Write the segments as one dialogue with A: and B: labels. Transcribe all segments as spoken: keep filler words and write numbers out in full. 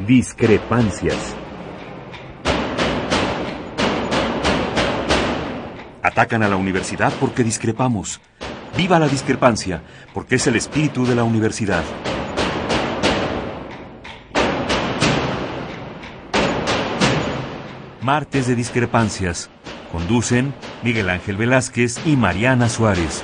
A: Discrepancias. Atacan a la universidad porque discrepamos. ¡Viva la discrepancia! Porque es el espíritu de la universidad. Martes de Discrepancias. Conducen Miguel Ángel Velázquez y Mariana Suárez.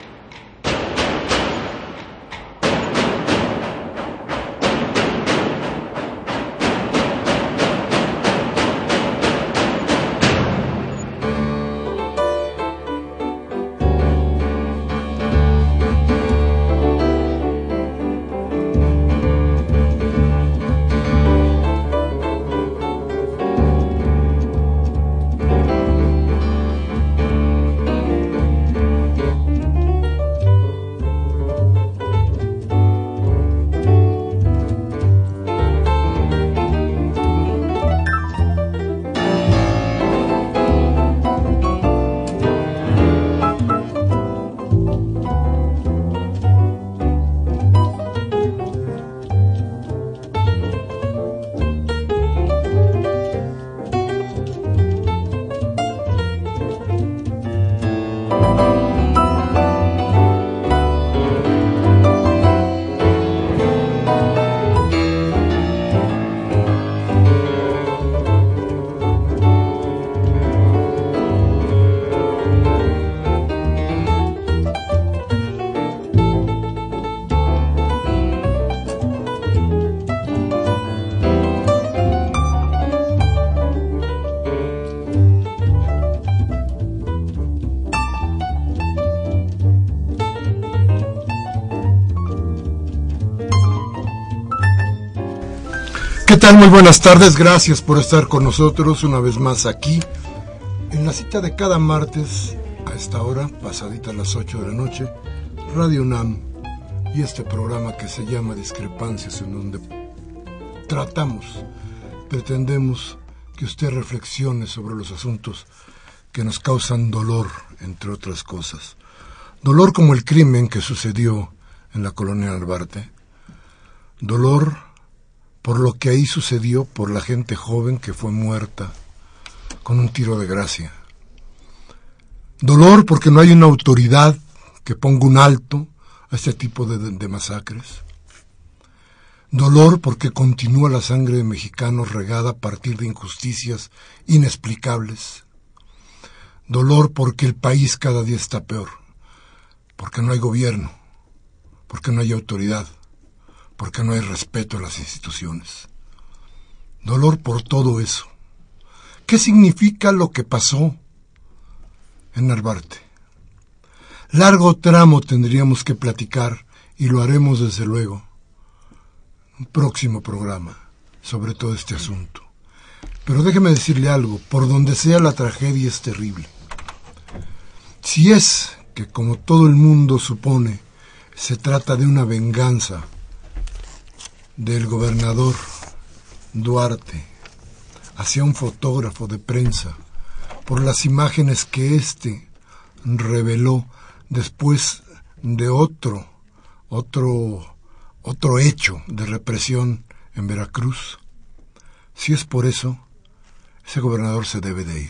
B: ¿Qué tal? Muy buenas tardes, gracias por estar con nosotros una vez más aquí, en la cita de cada martes, a esta hora, pasadita las ocho de la noche, Radio UNAM, y este programa que se llama Discrepancias, en donde tratamos, pretendemos que usted reflexione sobre los asuntos que nos causan dolor, entre otras cosas. Dolor como el crimen que sucedió en la colonia Narvarte, dolor por lo que ahí sucedió, por la gente joven que fue muerta con un tiro de gracia. Dolor porque no hay una autoridad que ponga un alto a este tipo de, de, de masacres. Dolor porque continúa la sangre de mexicanos regada a partir de injusticias inexplicables. Dolor porque el país cada día está peor, porque no hay gobierno, porque no hay autoridad, porque no hay respeto a las instituciones. Dolor por todo eso. ¿Qué significa lo que pasó en Narvarte? Largo tramo tendríamos que platicar, y lo haremos desde luego, un próximo programa sobre todo este asunto. Pero déjeme decirle algo, por donde sea la tragedia es terrible. Si es que, como todo el mundo supone, se trata de una venganza del gobernador Duarte hacia un fotógrafo de prensa por las imágenes que éste reveló después de otro, otro, otro hecho de represión en Veracruz. Si es por eso, ese gobernador se debe de ir.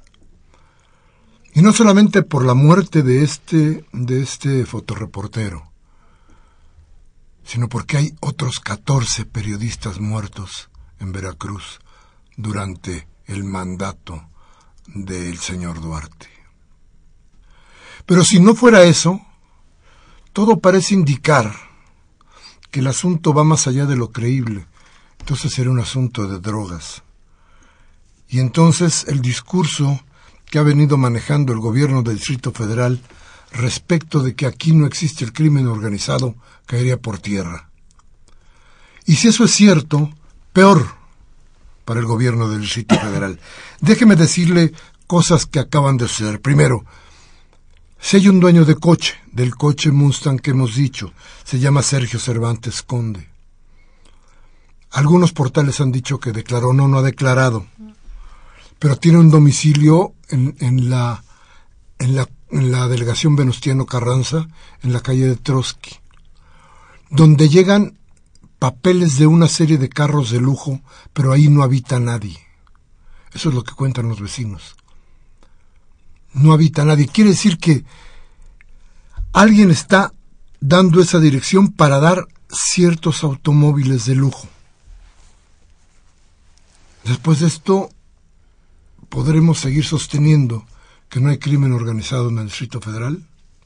B: Y no solamente por la muerte de este, de este fotoreportero, sino porque hay otros catorce periodistas muertos en Veracruz durante el mandato del señor Duarte. Pero si no fuera eso, todo parece indicar que el asunto va más allá de lo creíble. Entonces será un asunto de drogas. Y entonces el discurso que ha venido manejando el gobierno del Distrito Federal respecto de que aquí no existe el crimen organizado caería por tierra. Y si eso es cierto, peor para el gobierno del Distrito Federal. Déjeme decirle cosas que acaban de suceder. Primero, si hay un dueño de coche, del coche Mustang que hemos dicho, se llama Sergio Cervantes Conde. Algunos portales han dicho que declaró, no, no ha declarado, pero tiene un domicilio en, en la en la en la delegación Venustiano Carranza, en la calle de Trotsky, donde llegan papeles de una serie de carros de lujo, pero ahí no habita nadie. Eso es lo que cuentan los vecinos. No habita nadie. Quiere decir que alguien está dando esa dirección para dar ciertos automóviles de lujo. Después de esto, ¿podremos seguir sosteniendo que no hay crimen organizado en el Distrito Federal?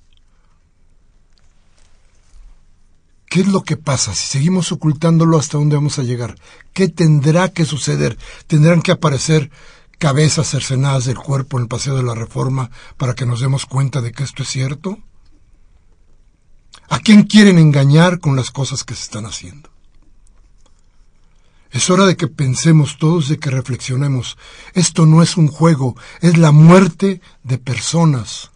B: ¿Qué es lo que pasa? Si seguimos ocultándolo, ¿hasta dónde vamos a llegar? ¿Qué tendrá que suceder? ¿Tendrán que aparecer cabezas cercenadas del cuerpo en el Paseo de la Reforma para que nos demos cuenta de que esto es cierto? ¿A quién quieren engañar con las cosas que se están haciendo? Es hora de que pensemos todos, de que reflexionemos. Esto no es un juego, es la muerte de personas.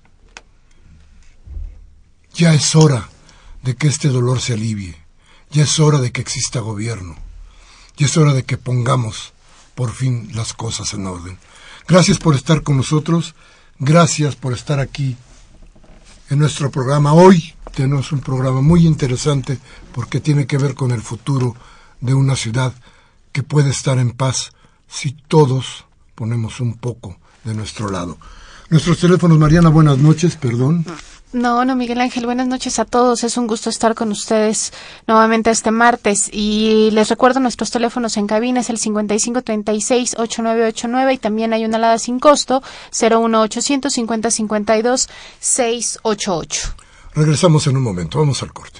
B: Ya es hora de que este dolor se alivie. Ya es hora de que exista gobierno. Ya es hora de que pongamos por fin las cosas en orden. Gracias por estar con nosotros. Gracias por estar aquí en nuestro programa. Hoy tenemos un programa muy interesante porque tiene que ver con el futuro de una ciudad que puede estar en paz si todos ponemos un poco de nuestro lado. Nuestros teléfonos, Mariana, buenas noches, perdón.
C: No, no, Miguel Ángel, buenas noches a todos. Es un gusto estar con ustedes nuevamente este martes. Y les recuerdo nuestros teléfonos en cabina, es el cincuenta y cinco treinta y seis ochenta y nueve ochenta y nueve y también hay una alada sin costo, cero uno ochocientos cincuenta cincuenta y dos seiscientos ochenta y ocho.
B: Regresamos en un momento, vamos al corte.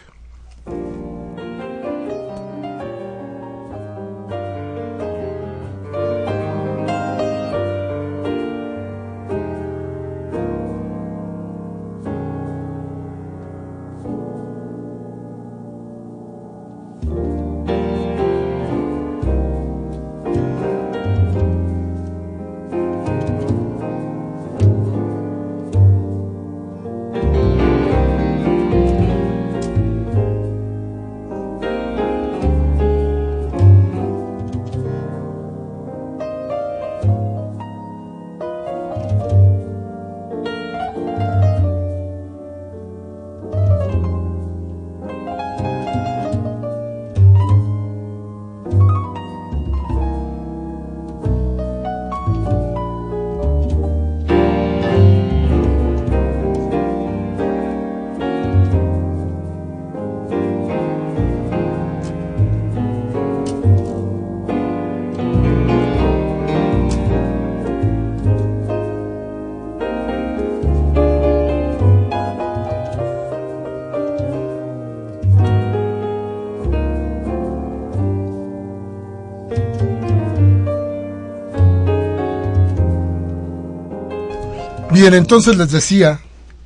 B: Bien, entonces les decía,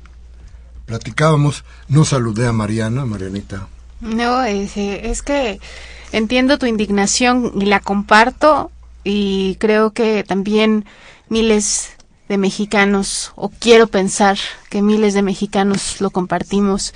B: platicábamos, no saludé a Mariana, Marianita.
C: No, es, es que entiendo tu indignación y la comparto y creo que también miles de mexicanos, o quiero pensar que miles de mexicanos lo compartimos.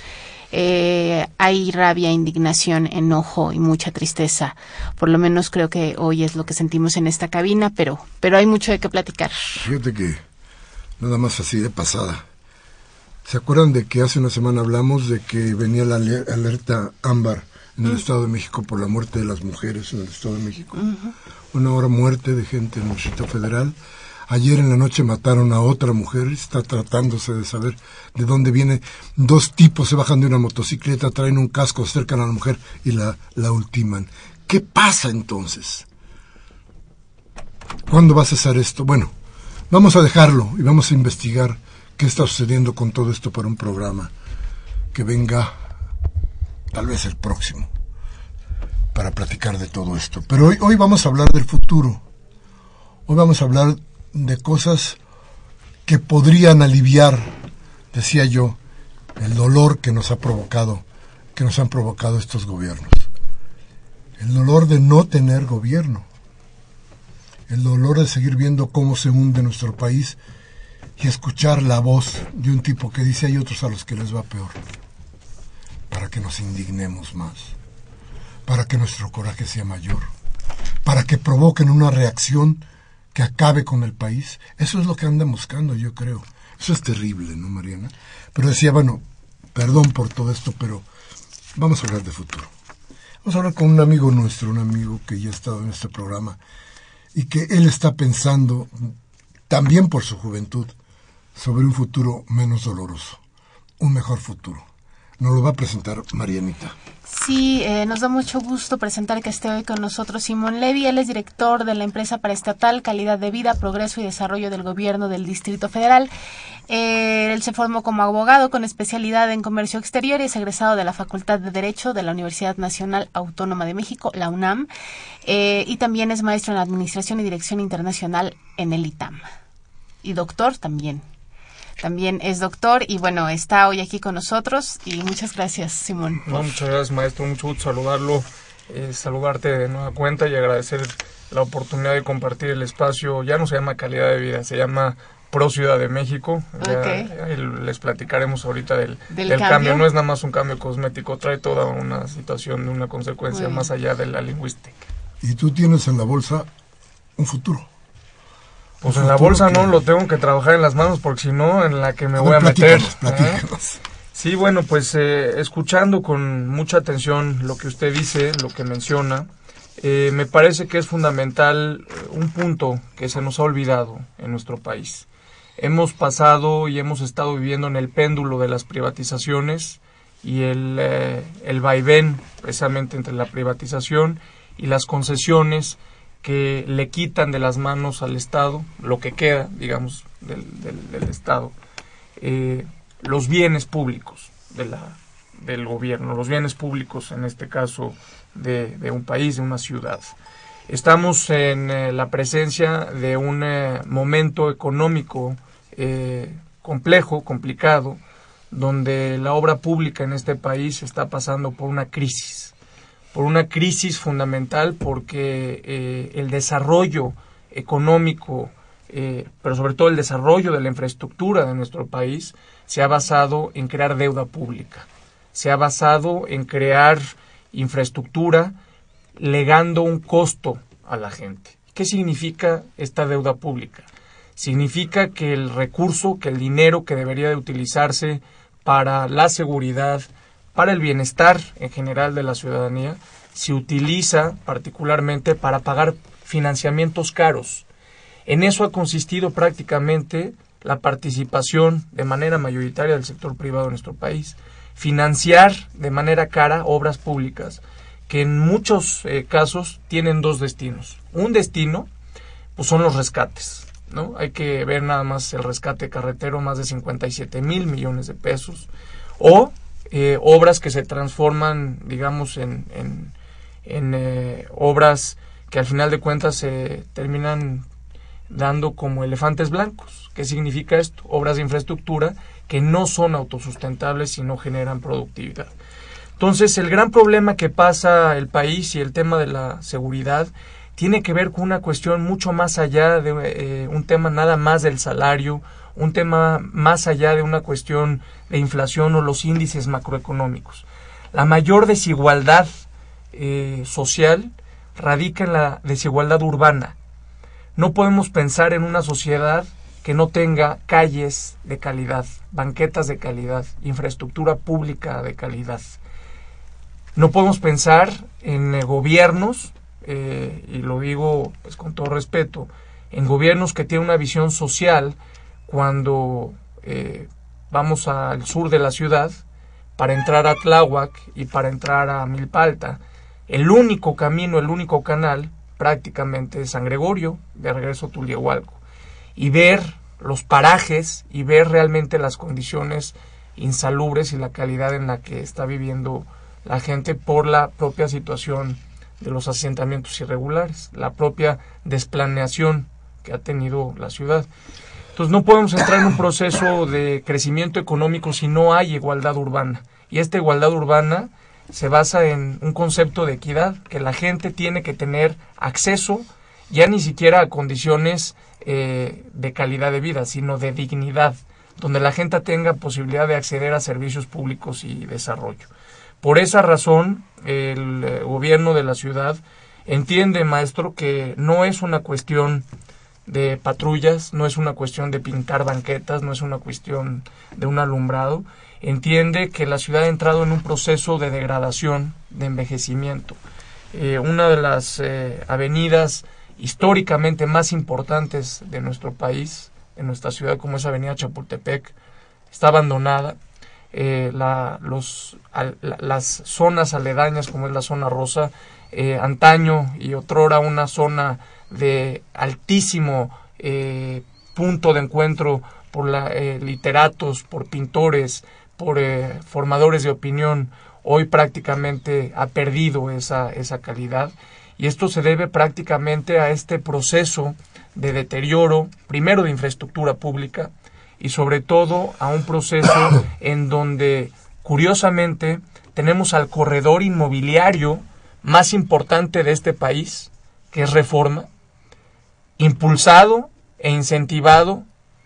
C: Eh, hay rabia, indignación, enojo y mucha tristeza. Por lo menos creo que hoy es lo que sentimos en esta cabina, pero, pero hay mucho de qué platicar.
B: Fíjate que nada más así de pasada. ¿Se acuerdan de que hace una semana hablamos de que venía la alerta ámbar en el uh-huh. Estado de México por la muerte de las mujeres en el Estado de México? Uh-huh. Una hora muerte de gente en el Distrito Federal. Ayer en la noche mataron a otra mujer, está tratándose de saber de dónde viene. Dos tipos se bajan de una motocicleta, traen un casco, se acercan a la mujer y la, la ultiman. ¿Qué pasa entonces? ¿Cuándo va a cesar esto? Bueno, vamos a dejarlo y vamos a investigar qué está sucediendo con todo esto para un programa que venga tal vez el próximo para platicar de todo esto. Pero hoy, hoy vamos a hablar del futuro. Hoy vamos a hablar de cosas que podrían aliviar, decía yo, el dolor que nos ha provocado, que nos han provocado estos gobiernos. El dolor de no tener gobierno. El dolor de seguir viendo cómo se hunde nuestro país y escuchar la voz de un tipo que dice hay otros a los que les va peor. Para que nos indignemos más. Para que nuestro coraje sea mayor. Para que provoquen una reacción que acabe con el país. Eso es lo que andan buscando, yo creo. Eso es terrible, ¿no, Mariana? Pero decía, bueno, perdón por todo esto, pero vamos a hablar de futuro. Vamos a hablar con un amigo nuestro, un amigo que ya ha estado en este programa y que él está pensando, también por su juventud, sobre un futuro menos doloroso, un mejor futuro. Nos lo va a presentar Marianita.
C: Sí, eh, nos da mucho gusto presentar que esté hoy con nosotros Simón Levy. Él es director de la empresa paraestatal Calidad de Vida, Progreso y Desarrollo del Gobierno del Distrito Federal. Eh, él se formó como abogado con especialidad en comercio exterior y es egresado de la Facultad de Derecho de la Universidad Nacional Autónoma de México, la UNAM, eh, y también es maestro en Administración y Dirección Internacional en el I T A M. Y doctor también. También es doctor y bueno, está hoy aquí con nosotros y muchas gracias, Simón.
D: No, muchas gracias, maestro, mucho gusto saludarlo, eh, saludarte de nueva cuenta y agradecer la oportunidad de compartir el espacio. Ya no se llama Calidad de Vida, se llama Pro Ciudad de México.
C: Okay.
D: Ya, ya les platicaremos ahorita del,
C: ¿Del,
D: del
C: cambio?
D: cambio. No es nada más un cambio cosmético, trae toda una situación, una consecuencia más allá de la lingüística.
B: Y tú tienes en la bolsa un futuro.
D: Pues en la bolsa no, lo tengo que trabajar en las manos porque si no, en la que me voy a meter.
B: Platícanos.
D: Sí, bueno, pues eh, escuchando con mucha atención lo que usted dice, lo que menciona, eh, me parece que es fundamental un punto que se nos ha olvidado en nuestro país. Hemos pasado y hemos estado viviendo en el péndulo de las privatizaciones y el, eh, el vaivén precisamente entre la privatización y las concesiones que le quitan de las manos al Estado, lo que queda, digamos, del, del, del Estado, eh, los bienes públicos de la, del gobierno, los bienes públicos, en este caso, de, de un país, de una ciudad. Estamos en eh, la presencia de un eh, momento económico eh, complejo, complicado, donde la obra pública en este país está pasando por una crisis. por una crisis fundamental porque eh, el desarrollo económico, eh, pero sobre todo el desarrollo de la infraestructura de nuestro país, se ha basado en crear deuda pública, se ha basado en crear infraestructura legando un costo a la gente. ¿Qué significa esta deuda pública? Significa que el recurso, que el dinero que debería de utilizarse para la seguridad, para el bienestar en general de la ciudadanía, se utiliza particularmente para pagar financiamientos caros. En eso ha consistido prácticamente la participación de manera mayoritaria del sector privado en nuestro país. Financiar de manera cara obras públicas que en muchos eh, casos tienen dos destinos. Un destino pues son los rescates, ¿no? Hay que ver nada más el rescate carretero, más de cincuenta y siete mil millones de pesos, o Eh, obras que se transforman, digamos, en, en, en eh, obras que al final de cuentas se terminan dando como elefantes blancos. ¿Qué significa esto? Obras de infraestructura que no son autosustentables y no generan productividad. Entonces, el gran problema que pasa el país y el tema de la seguridad tiene que ver con una cuestión mucho más allá de eh, un tema nada más del salario, un tema más allá de una cuestión de inflación o los índices macroeconómicos. La mayor desigualdad eh, social radica en la desigualdad urbana. No podemos pensar en una sociedad que no tenga calles de calidad, banquetas de calidad, infraestructura pública de calidad. No podemos pensar en eh, gobiernos, eh, y lo digo pues con todo respeto, en gobiernos que tienen una visión social cuando eh, vamos al sur de la ciudad para entrar a Tláhuac y para entrar a Milpalta. El único camino, el único canal prácticamente es San Gregorio, de regreso a Tulyehualco, y ver los parajes y ver realmente las condiciones insalubres y la calidad en la que está viviendo la gente por la propia situación de los asentamientos irregulares, la propia desplaneación que ha tenido la ciudad. Entonces no podemos entrar en un proceso de crecimiento económico si no hay igualdad urbana. Y esta igualdad urbana se basa en un concepto de equidad, que la gente tiene que tener acceso ya ni siquiera a condiciones eh, de calidad de vida, sino de dignidad, donde la gente tenga posibilidad de acceder a servicios públicos y desarrollo. Por esa razón, el eh, gobierno de la ciudad entiende, maestro, que no es una cuestión de patrullas, no es una cuestión de pintar banquetas, no es una cuestión de un alumbrado. Entiende que la ciudad ha entrado en un proceso de degradación, de envejecimiento. Eh, una de las eh, avenidas históricamente más importantes de nuestro país, en nuestra ciudad, como es Avenida Chapultepec, está abandonada. Eh, la, los, al, la, las zonas aledañas, como es la zona rosa, eh, antaño y otrora una zona de altísimo eh, punto de encuentro por la, eh, literatos, por pintores, por eh, formadores de opinión, hoy prácticamente ha perdido esa, esa calidad, y esto se debe prácticamente a este proceso de deterioro, primero de infraestructura pública, y sobre todo a un proceso en donde, curiosamente, tenemos al corredor inmobiliario más importante de este país, que es Reforma, impulsado e incentivado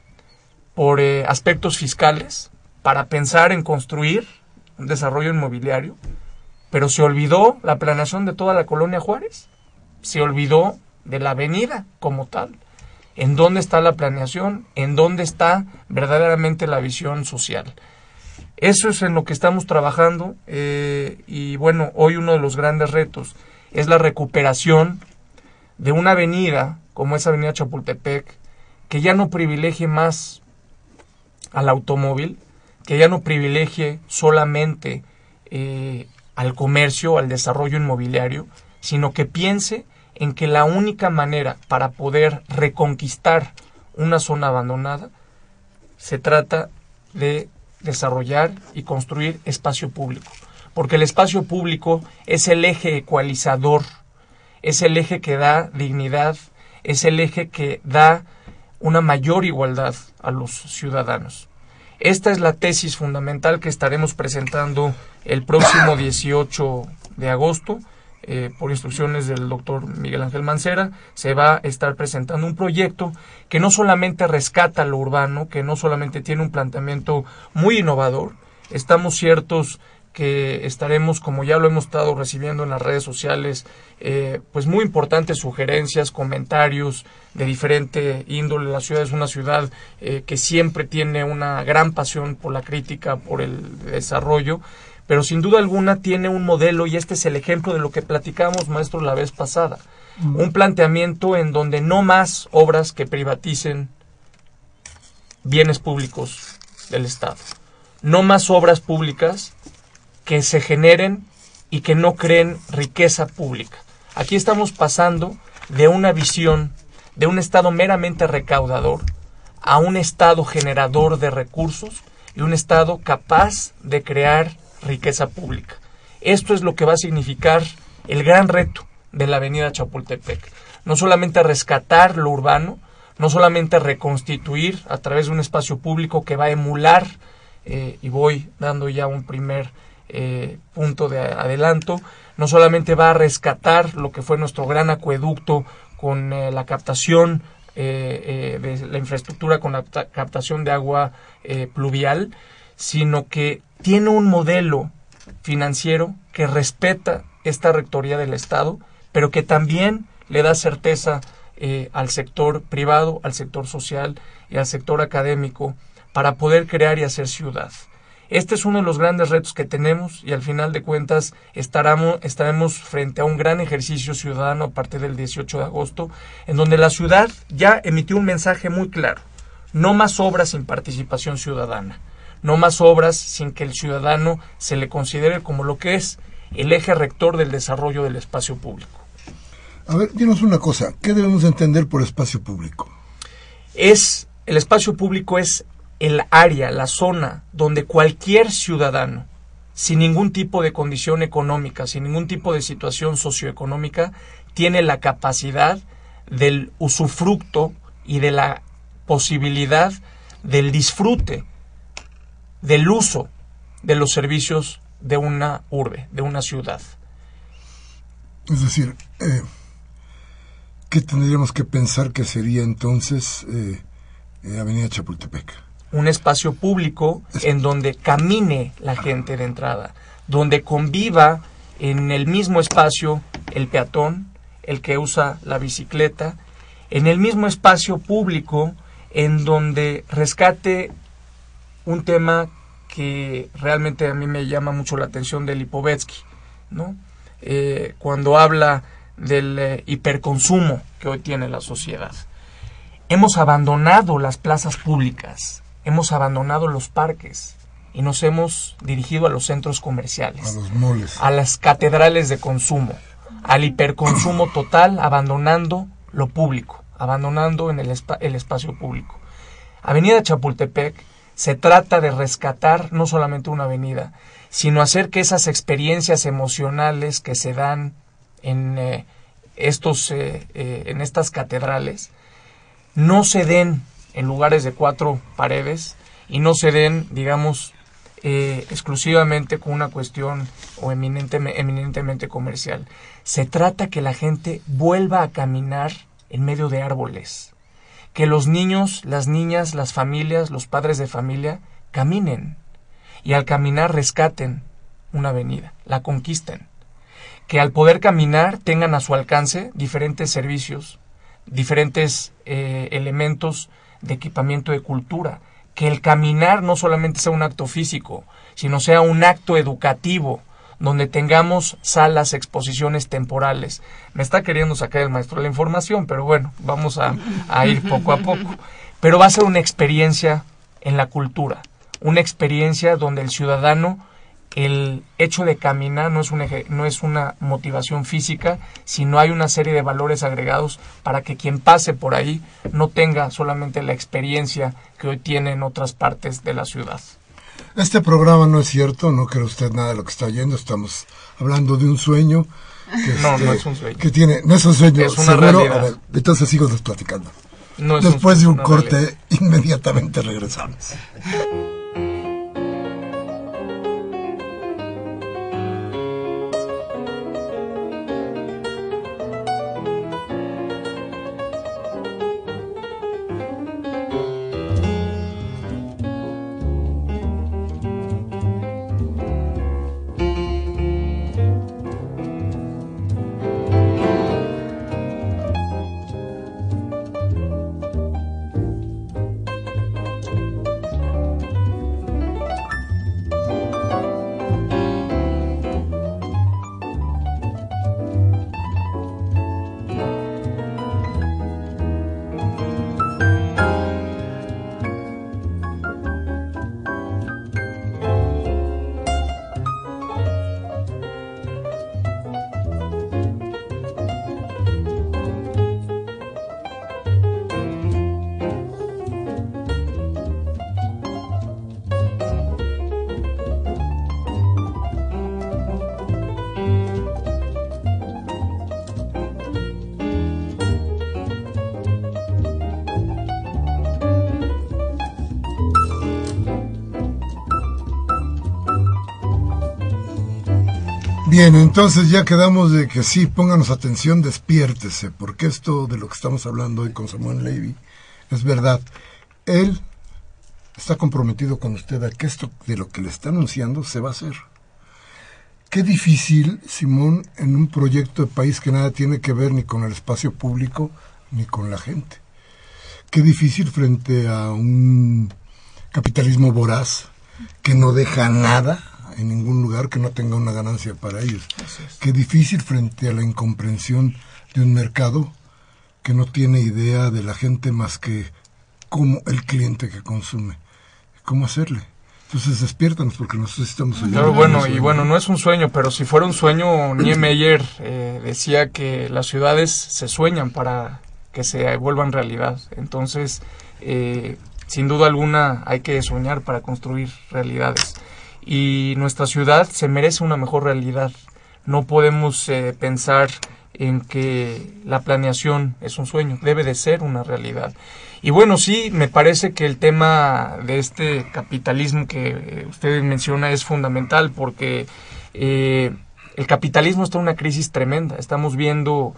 D: por eh, aspectos fiscales para pensar en construir un desarrollo inmobiliario, pero se olvidó la planeación de toda la colonia Juárez, se olvidó de la avenida como tal. ¿En dónde está la planeación? ¿En dónde está verdaderamente la visión social? Eso es en lo que estamos trabajando, eh, y bueno, hoy uno de los grandes retos es la recuperación de una avenida como es Avenida Chapultepec, que ya no privilegie más al automóvil, que ya no privilegie solamente eh, al comercio, al desarrollo inmobiliario, sino que piense en que la única manera para poder reconquistar una zona abandonada se trata de desarrollar y construir espacio público, porque el espacio público es el eje ecualizador, es el eje que da dignidad, es el eje que da una mayor igualdad a los ciudadanos. Esta es la tesis fundamental que estaremos presentando el próximo dieciocho de agosto. Eh, por instrucciones del doctor Miguel Ángel Mancera, se va a estar presentando un proyecto que no solamente rescata lo urbano, que no solamente tiene un planteamiento muy innovador. Estamos ciertos que estaremos, como ya lo hemos estado recibiendo en las redes sociales, eh, pues muy importantes sugerencias, comentarios de diferente índole. La ciudad es una ciudad eh, que siempre tiene una gran pasión por la crítica, por el desarrollo, pero sin duda alguna tiene un modelo, y este es el ejemplo de lo que platicamos, maestro, la vez pasada. Mm. Un planteamiento en donde no más obras que privaticen bienes públicos del Estado. No más obras públicas que se generen y que no creen riqueza pública. Aquí estamos pasando de una visión de un Estado meramente recaudador a un Estado generador de recursos y un Estado capaz de crear riqueza pública. Esto es lo que va a significar el gran reto de la avenida Chapultepec. No solamente rescatar lo urbano, no solamente reconstituir a través de un espacio público que va a emular, eh, y voy dando ya un primer eh, punto de adelanto, no solamente va a rescatar lo que fue nuestro gran acueducto con eh, la captación eh, eh, de la infraestructura, con la captación de agua eh, pluvial, sino que tiene un modelo financiero que respeta esta rectoría del Estado, pero que también le da certeza eh, al sector privado, al sector social y al sector académico para poder crear y hacer ciudad. Este es uno de los grandes retos que tenemos, y al final de cuentas estaremos, estaremos frente a un gran ejercicio ciudadano a partir del dieciocho de agosto, en donde la ciudad ya emitió un mensaje muy claro: no más obras sin participación ciudadana. No más obras sin que el ciudadano se le considere como lo que es el eje rector del desarrollo del espacio público.
B: A ver, dinos una cosa, ¿qué debemos entender por espacio público?
D: Es, el espacio público es el área, la zona donde cualquier ciudadano, sin ningún tipo de condición económica, sin ningún tipo de situación socioeconómica, tiene la capacidad del usufructo y de la posibilidad del disfrute, del uso de los servicios de una urbe, de una ciudad.
B: Es decir, eh, ¿qué tendríamos que pensar que sería entonces eh, eh, Avenida Chapultepec?
D: Un espacio público es... en donde camine la gente de entrada, donde conviva en el mismo espacio el peatón, el que usa la bicicleta, en el mismo espacio público, en donde rescate un tema que realmente a mí me llama mucho la atención de Lipovetsky, ¿no? Eh, cuando habla del eh, hiperconsumo que hoy tiene la sociedad. Hemos abandonado las plazas públicas, hemos abandonado los parques y nos hemos dirigido a los centros comerciales,
B: a los moles,
D: a las catedrales de consumo, al hiperconsumo total, abandonando lo público, abandonando en el, espa- el espacio público. Avenida Chapultepec se trata de rescatar no solamente una avenida, sino hacer que esas experiencias emocionales que se dan en eh, estos eh, eh, en estas catedrales no se den en lugares de cuatro paredes y no se den, digamos, eh, exclusivamente con una cuestión o eminentemente, eminentemente comercial. Se trata que la gente vuelva a caminar en medio de árboles, que los niños, las niñas, las familias, los padres de familia caminen y al caminar rescaten una avenida, la conquisten, que al poder caminar tengan a su alcance diferentes servicios, diferentes eh, elementos de equipamiento de cultura, que el caminar no solamente sea un acto físico, sino sea un acto educativo, donde tengamos salas, exposiciones temporales. Me está queriendo sacar el maestro la información, pero bueno, vamos a, a ir poco a poco. Pero va a ser una experiencia en la cultura, una experiencia donde el ciudadano, el hecho de caminar no es, un eje, no es una motivación física, sino hay una serie de valores agregados para que quien pase por ahí no tenga solamente la experiencia que hoy tiene en otras partes de la ciudad.
B: Este programa no es cierto, no cree usted nada de lo que está oyendo, estamos hablando de un sueño. Que
D: no,
B: este,
D: no es un sueño.
B: Que tiene, no es un sueño,
D: es una
B: seguro.
D: realidad.
B: A ver, entonces sigo platicando.
D: No es
B: Después
D: un,
B: de un corte,
D: realidad.
B: Inmediatamente regresamos. Bien, entonces ya quedamos de que sí, pónganos atención, despiértese, porque esto de lo que estamos hablando hoy con Samuel Levy es verdad. Él está comprometido con usted a que esto de lo que le está anunciando se va a hacer. Qué difícil, Simón, en un proyecto de país que nada tiene que ver ni con el espacio público ni con la gente. Qué difícil frente a un capitalismo voraz que no deja nada en ningún lugar que no tenga una ganancia para ellos. Qué difícil frente a la incomprensión de un mercado que no tiene idea de la gente más que como el cliente que consume. ¿Cómo hacerle? Entonces despiértanos porque nosotros estamos oyendo.
D: Pero bueno, y bueno, no es un sueño, pero si fuera un sueño, Niemeyer eh, decía que las ciudades se sueñan para que se vuelvan realidad. Entonces, eh, sin duda alguna hay que soñar para construir realidades. Y nuestra ciudad se merece una mejor realidad. No podemos eh, pensar en que la planeación es un sueño, debe de ser una realidad. Y bueno, sí, me parece que el tema de este capitalismo que usted menciona es fundamental porque eh, el capitalismo está en una crisis tremenda. Estamos viendo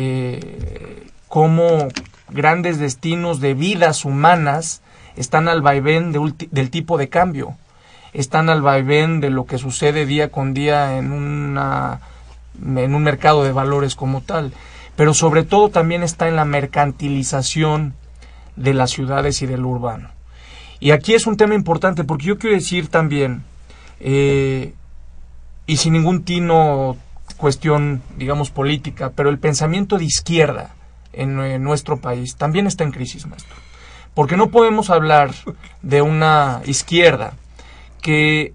D: eh, cómo grandes destinos de vidas humanas están al vaivén de ulti- del tipo de cambio. Están al vaivén de lo que sucede día con día en una en un mercado de valores como tal. pero sobre todo también está en la mercantilización de las ciudades y del urbano. Y aquí es un tema importante, porque yo quiero decir también, eh, y sin ningún tino, cuestión, digamos, política, pero el pensamiento de izquierda en, en nuestro país también está en crisis, maestro. Porque no podemos hablar de una izquierda que,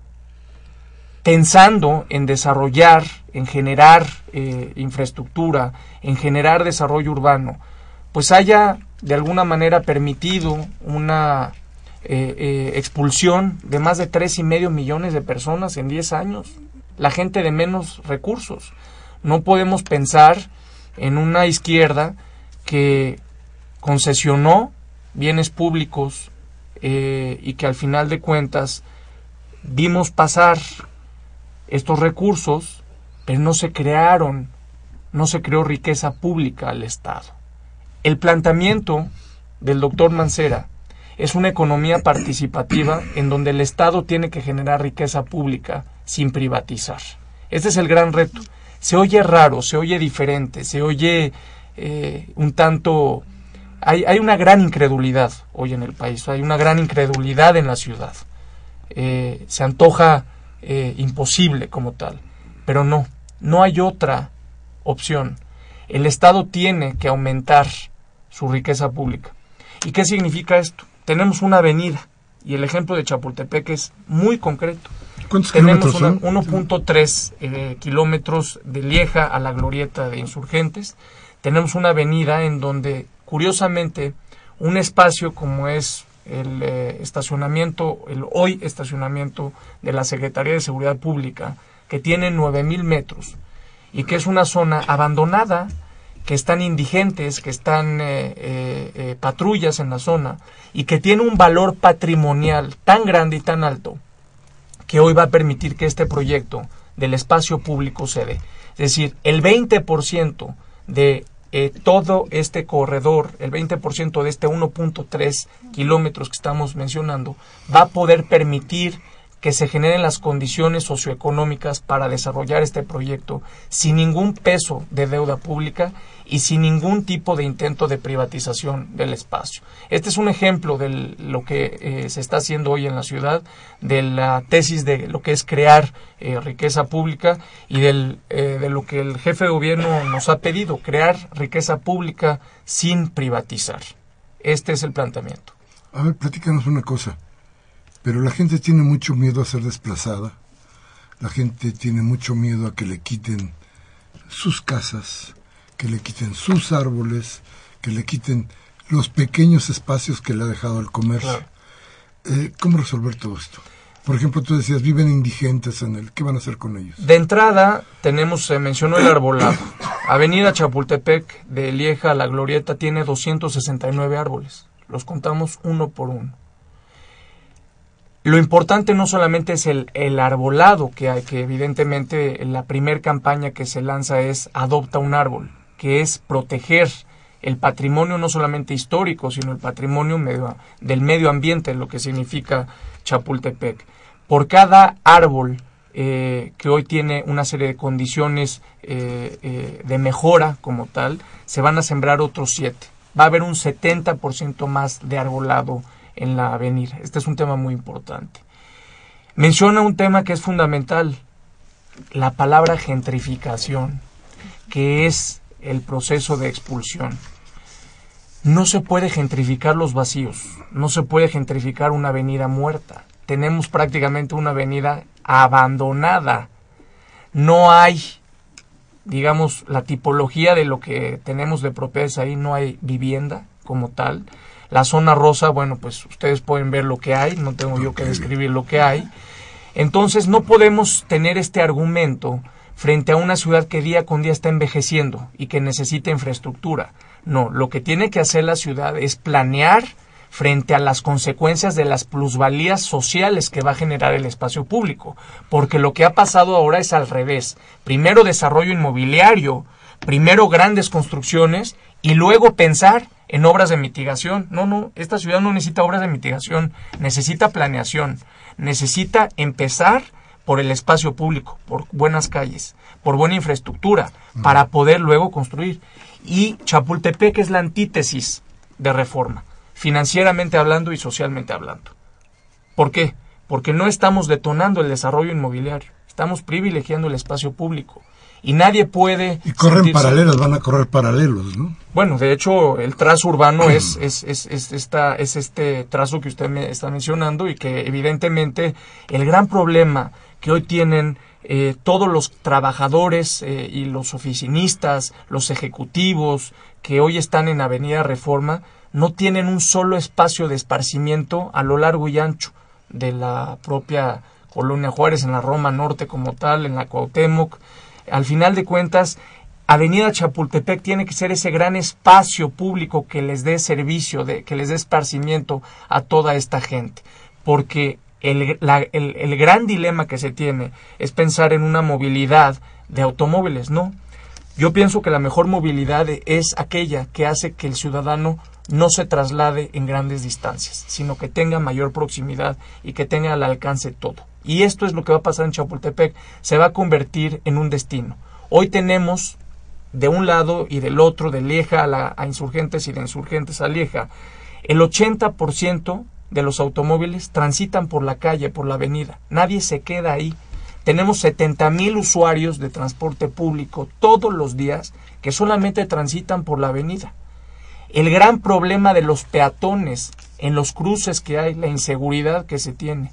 D: pensando en desarrollar, en generar eh, infraestructura, en generar desarrollo urbano, pues haya de alguna manera permitido una eh, eh, expulsión de más de tres y medio millones de personas en diez años, la gente de menos recursos. No podemos pensar en una izquierda que concesionó bienes públicos eh, y que al final de cuentas vimos pasar estos recursos, pero no se crearon, no se creó riqueza pública al Estado. El planteamiento del doctor Mancera es una economía participativa en donde el Estado tiene que generar riqueza pública sin privatizar. Este es el gran reto. Se oye raro, se oye diferente, se oye eh, un tanto... Hay, hay una gran incredulidad hoy en el país, hay una gran incredulidad en la ciudad. Eh, se antoja eh, imposible como tal, pero no, no hay otra opción. El Estado tiene que aumentar su riqueza pública. ¿Y qué significa esto? Tenemos una avenida, y el ejemplo de Chapultepec es muy concreto.
B: ¿Cuántos
D: Tenemos
B: kilómetros son?
D: uno punto tres eh, kilómetros de Lieja a la glorieta de Insurgentes. Tenemos una avenida en donde, curiosamente, un espacio como es el eh, estacionamiento, el hoy estacionamiento de la Secretaría de Seguridad Pública, que tiene nueve mil metros, y que es una zona abandonada, que están indigentes, que están eh, eh, eh, patrullas en la zona, y que tiene un valor patrimonial tan grande y tan alto, que hoy va a permitir que este proyecto del espacio público se dé. Es decir, el veinte por ciento de eh, todo este corredor, el veinte por ciento de este uno punto tres kilómetros que estamos mencionando, va a poder permitir que se generen las condiciones socioeconómicas para desarrollar este proyecto sin ningún peso de deuda pública y sin ningún tipo de intento de privatización del espacio. Este es un ejemplo de lo que eh, se está haciendo hoy en la ciudad, de la tesis de lo que es crear eh, riqueza pública y del, eh, de lo que el jefe de gobierno nos ha pedido, crear riqueza pública sin privatizar. Este es el planteamiento.
B: A ver, platícanos una cosa. Pero la gente tiene mucho miedo a ser desplazada, la gente tiene mucho miedo a que le quiten sus casas, que le quiten sus árboles, que le quiten los pequeños espacios que le ha dejado el comercio. Claro. Eh, ¿Cómo resolver todo esto? Por ejemplo, tú decías, viven indigentes en el... ¿Qué van a hacer con ellos?
D: De entrada, tenemos, se mencionó el arbolado. Avenida Chapultepec, de Lieja a la Glorieta, tiene doscientos sesenta y nueve árboles. Los contamos uno por uno. Lo importante no solamente es el, el arbolado que hay, que evidentemente la primer campaña que se lanza es Adopta un árbol, que es proteger el patrimonio no solamente histórico, sino el patrimonio medio, del medio ambiente, lo que significa Chapultepec. Por cada árbol eh, que hoy tiene una serie de condiciones eh, eh, de mejora como tal, se van a sembrar otros siete. Va a haber un setenta por ciento más de arbolado en la avenida. Este es un tema muy importante. Menciona un tema que es fundamental, la palabra gentrificación, que es el proceso de expulsión. No se puede gentrificar los vacíos, no se puede gentrificar una avenida muerta. Tenemos prácticamente una avenida abandonada. No hay, digamos, la tipología de lo que tenemos de propiedades ahí, no hay vivienda como tal. La zona rosa, bueno, pues ustedes pueden ver lo que hay, no tengo yo que describir lo que hay. Entonces no podemos tener este argumento frente a una ciudad que día con día está envejeciendo y que necesita infraestructura. No, lo que tiene que hacer la ciudad es planear frente a las consecuencias de las plusvalías sociales que va a generar el espacio público, porque lo que ha pasado ahora es al revés. Primero desarrollo inmobiliario, primero grandes construcciones y luego pensar en obras de mitigación. No, no, esta ciudad no necesita obras de mitigación, necesita planeación, necesita empezar por el espacio público, por buenas calles, por buena infraestructura, para poder luego construir. Y Chapultepec es la antítesis de Reforma, financieramente hablando y socialmente hablando. ¿Por qué? Porque no estamos detonando el desarrollo inmobiliario, estamos privilegiando el espacio público. Y nadie puede...
B: Y corren
D: sentirse...
B: paralelas, van a correr paralelos, ¿no?
D: Bueno, de hecho, el trazo urbano es, es, es, es, esta, es este trazo que usted me está mencionando y que evidentemente el gran problema que hoy tienen eh, todos los trabajadores eh, y los oficinistas, los ejecutivos que hoy están en Avenida Reforma, no tienen un solo espacio de esparcimiento a lo largo y ancho de la propia Colonia Juárez, en la Roma Norte como tal, en la Cuauhtémoc. Al final de cuentas, Avenida Chapultepec tiene que ser ese gran espacio público que les dé servicio, de, que les dé esparcimiento a toda esta gente. Porque el, la, el, el gran dilema que se tiene es pensar en una movilidad de automóviles, ¿no? Yo pienso que la mejor movilidad es aquella que hace que el ciudadano no se traslade en grandes distancias, sino que tenga mayor proximidad y que tenga al alcance todo. Y esto es lo que va a pasar en Chapultepec, se va a convertir en un destino. Hoy tenemos de un lado y del otro, de Lieja a, la, a Insurgentes y de Insurgentes a Lieja, el ochenta por ciento de los automóviles transitan por la calle, por la avenida. Nadie se queda ahí. Tenemos setenta mil usuarios de transporte público todos los días que solamente transitan por la avenida. El gran problema de los peatones en los cruces que hay, la inseguridad que se tiene.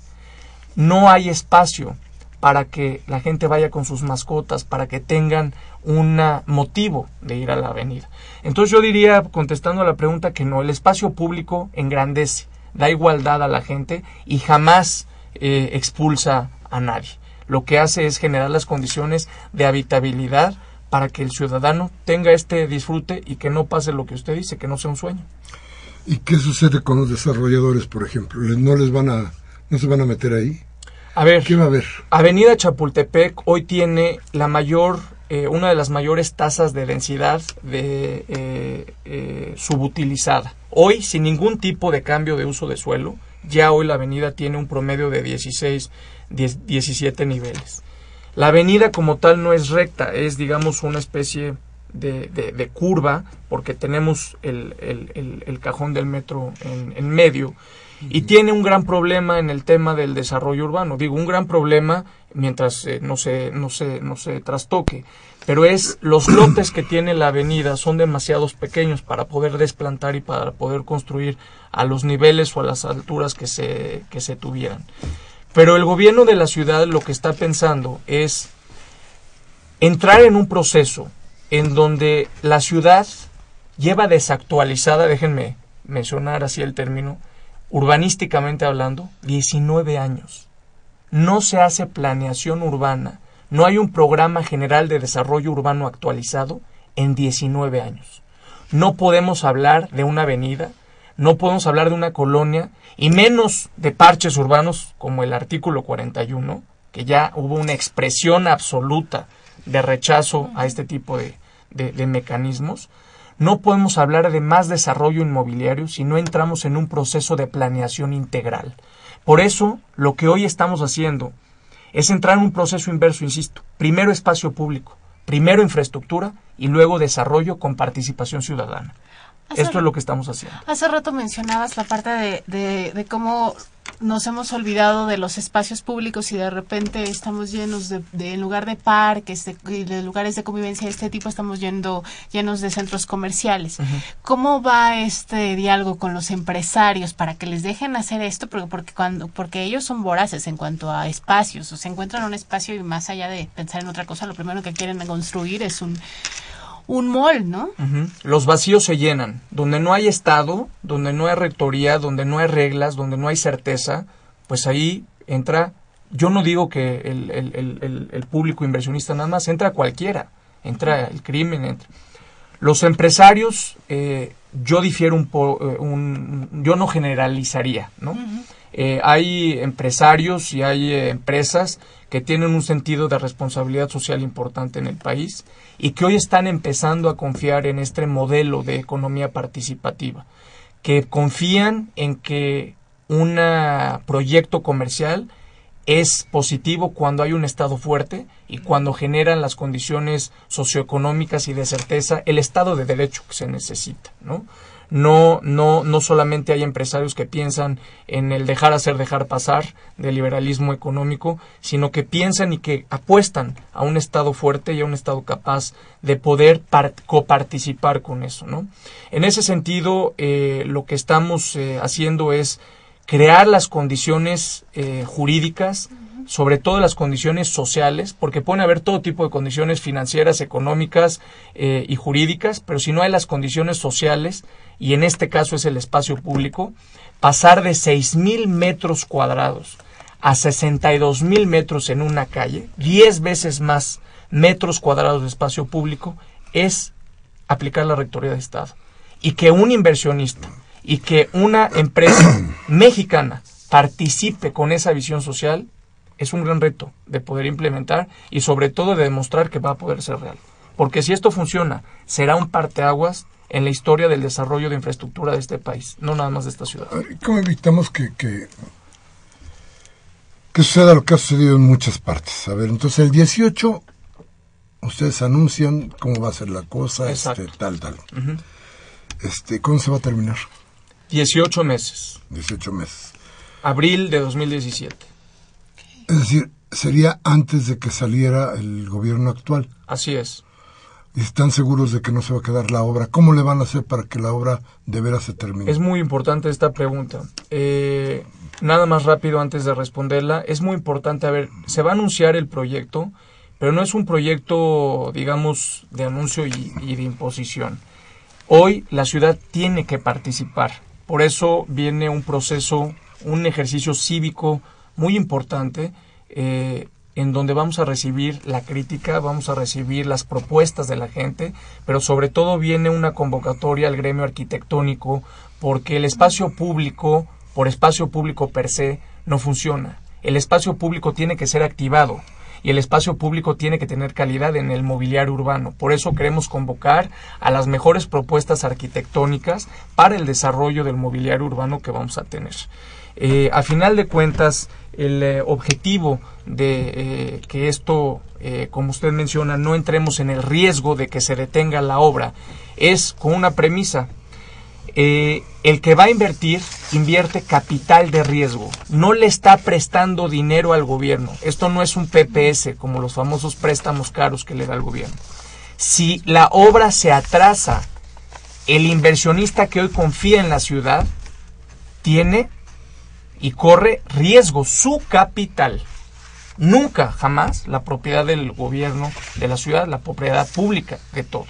D: No hay espacio para que la gente vaya con sus mascotas, para que tengan un motivo de ir a la avenida. Entonces yo diría, contestando a la pregunta, que no, el espacio público engrandece, da igualdad a la gente y jamás eh, expulsa a nadie. Lo que hace es generar las condiciones de habitabilidad para que el ciudadano tenga este disfrute y que no pase lo que usted dice, que no sea un sueño.
B: ¿Y qué sucede con los desarrolladores, por ejemplo? ¿No les van a, no se van a meter ahí?
D: A ver,
B: ¿qué va a haber?
D: Avenida Chapultepec hoy tiene la mayor, eh, una de las mayores tasas de densidad de eh, eh, subutilizada. Hoy, sin ningún tipo de cambio de uso de suelo, ya hoy la avenida tiene un promedio de dieciséis, diecisiete niveles. La avenida como tal no es recta, es digamos una especie de, de, de curva, porque tenemos el, el, el, el cajón del metro en, en medio, y tiene un gran problema en el tema del desarrollo urbano. Digo, un gran problema mientras eh, no se, no se, no se trastoque, pero es los lotes que tiene la avenida son demasiados pequeños para poder desplantar y para poder construir a los niveles o a las alturas que se, que se tuvieran. Pero el gobierno de la ciudad lo que está pensando es entrar en un proceso en donde la ciudad lleva desactualizada, déjenme mencionar así el término, urbanísticamente hablando, diecinueve años. No se hace planeación urbana, no hay un programa general de desarrollo urbano actualizado en diecinueve años. No podemos hablar de una avenida, no podemos hablar de una colonia, y menos de parches urbanos como el artículo cuarenta y uno, que ya hubo una expresión absoluta de rechazo a este tipo de, de, de mecanismos. No podemos hablar de más desarrollo inmobiliario si no entramos en un proceso de planeación integral. Por eso, lo que hoy estamos haciendo es entrar en un proceso inverso, insisto. Primero espacio público, primero infraestructura y luego desarrollo con participación ciudadana. Hace Esto es lo que estamos haciendo.
C: Hace rato mencionabas la parte de, de, de cómo nos hemos olvidado de los espacios públicos y de repente estamos llenos de, de en lugar de parques, de, de lugares de convivencia de este tipo, estamos yendo llenos de centros comerciales. Uh-huh. ¿Cómo va este diálogo con los empresarios para que les dejen hacer esto? Porque, porque, cuando, porque ellos son voraces en cuanto a espacios, o se encuentran un espacio y más allá de pensar en otra cosa, lo primero que quieren construir es un... un mall, ¿no?
D: Uh-huh. Los vacíos se llenan. Donde no hay Estado, donde no hay rectoría, donde no hay reglas, donde no hay certeza, pues ahí entra, yo no digo que el, el, el, el público inversionista nada más, entra cualquiera, entra el crimen, entra. Los empresarios, eh, yo difiero un poco, un, yo no generalizaría, ¿no? Uh-huh. Eh, hay empresarios y hay eh, empresas que tienen un sentido de responsabilidad social importante en el país y que hoy están empezando a confiar en este modelo de economía participativa, que confían en que un proyecto comercial es positivo cuando hay un Estado fuerte y cuando generan las condiciones socioeconómicas y de certeza, el Estado de Derecho que se necesita, ¿no? No, no, no solamente hay empresarios que piensan en el dejar hacer, dejar pasar del liberalismo económico, sino que piensan y que apuestan a un Estado fuerte y a un Estado capaz de poder par- coparticipar con eso, ¿no? En ese sentido, eh, lo que estamos eh, haciendo es crear las condiciones eh, jurídicas, sobre todo las condiciones sociales, porque pueden haber todo tipo de condiciones financieras, económicas eh, y jurídicas, pero si no hay las condiciones sociales, y en este caso es el espacio público, pasar de seis mil metros cuadrados a sesenta y dos mil metros en una calle, diez veces más metros cuadrados de espacio público, es aplicar la Rectoría de Estado. Y que un inversionista y que una empresa mexicana participe con esa visión social es un gran reto de poder implementar y sobre todo de demostrar que va a poder ser real. Porque si esto funciona, será un parteaguas en la historia del desarrollo de infraestructura de este país, no nada más de esta ciudad.
B: ¿Cómo evitamos que, que, que suceda lo que ha sucedido en muchas partes? A ver, entonces el dieciocho ustedes anuncian cómo va a ser la cosa, este, tal, tal. Uh-huh. Este, ¿Cómo se va a terminar?
D: dieciocho meses.
B: dieciocho meses.
D: Abril de dos mil diecisiete.
B: Es decir, sería antes de que saliera el gobierno actual.
D: Así es.
B: ¿Y están seguros de que no se va a quedar la obra? ¿Cómo le van a hacer para que la obra de veras se termine?
D: Es muy importante esta pregunta. Eh, nada más rápido antes de responderla. Es muy importante, a ver, se va a anunciar el proyecto, pero no es un proyecto, digamos, de anuncio y, y de imposición. Hoy la ciudad tiene que participar. Por eso viene un proceso, un ejercicio cívico muy importante, eh, en donde vamos a recibir la crítica, vamos a recibir las propuestas de la gente, pero sobre todo viene una convocatoria al gremio arquitectónico, porque el espacio público, por espacio público per se, no funciona. El espacio público tiene que ser activado y el espacio público tiene que tener calidad en el mobiliario urbano. Por eso queremos convocar a las mejores propuestas arquitectónicas para el desarrollo del mobiliario urbano que vamos a tener. Eh, a final de cuentas, el eh, objetivo de eh, que esto, eh, como usted menciona, no entremos en el riesgo de que se detenga la obra, es con una premisa. Eh, el que va a invertir, invierte capital de riesgo, no le está prestando dinero al gobierno. Esto no es un P P S, como los famosos préstamos caros que le da el gobierno. Si la obra se atrasa, el inversionista que hoy confía en la ciudad tiene y corre riesgo su capital. Nunca, jamás, la propiedad del gobierno de la ciudad, la propiedad pública de todos.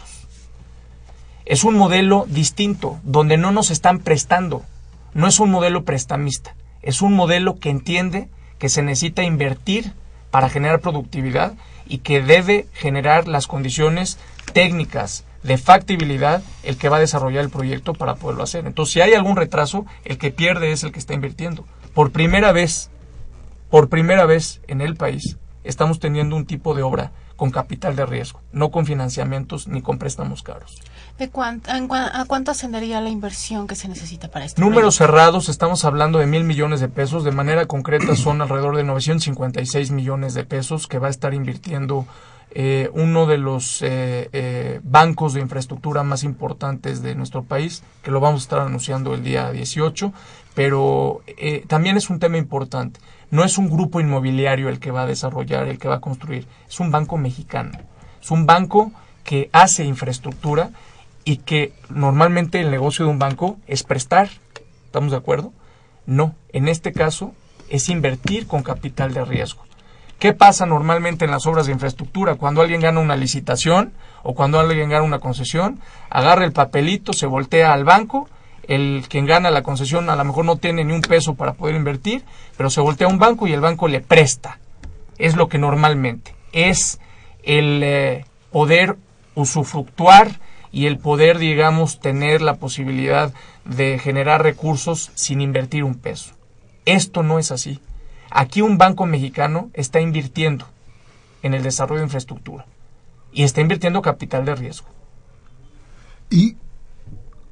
D: Es un modelo distinto, donde no nos están prestando. No es un modelo prestamista. Es un modelo que entiende que se necesita invertir para generar productividad y que debe generar las condiciones técnicas de factibilidad el que va a desarrollar el proyecto para poderlo hacer. Entonces, si hay algún retraso, el que pierde es el que está invirtiendo. Por primera vez, por primera vez en el país, estamos teniendo un tipo de obra con capital de riesgo, no con financiamientos ni con préstamos caros.
C: ¿De cuánto, en, ¿A cuánto ascendería la inversión que se necesita para este
D: Números
C: proyecto?
D: cerrados, estamos hablando de mil millones de pesos. De manera concreta son alrededor de novecientos cincuenta y seis millones de pesos que va a estar invirtiendo eh, uno de los eh, eh, bancos de infraestructura más importantes de nuestro país, que lo vamos a estar anunciando el día dieciocho, pero eh, también es un tema importante. No es un grupo inmobiliario el que va a desarrollar, el que va a construir, es un banco mexicano. Es un banco que hace infraestructura y que normalmente el negocio de un banco es prestar. ¿Estamos de acuerdo? No, en este caso es invertir con capital de riesgo. ¿Qué pasa normalmente en las obras de infraestructura? Cuando alguien gana una licitación o cuando alguien gana una concesión, agarra el papelito, se voltea al banco. El quien gana la concesión a lo mejor no tiene ni un peso para poder invertir, pero se voltea a un banco y el banco le presta. Es lo que normalmente es el eh, poder usufructuar y el poder, digamos, tener la posibilidad de generar recursos sin invertir un peso. Esto no es así. Aquí un banco mexicano está invirtiendo en el desarrollo de infraestructura y está invirtiendo capital de riesgo.
B: Y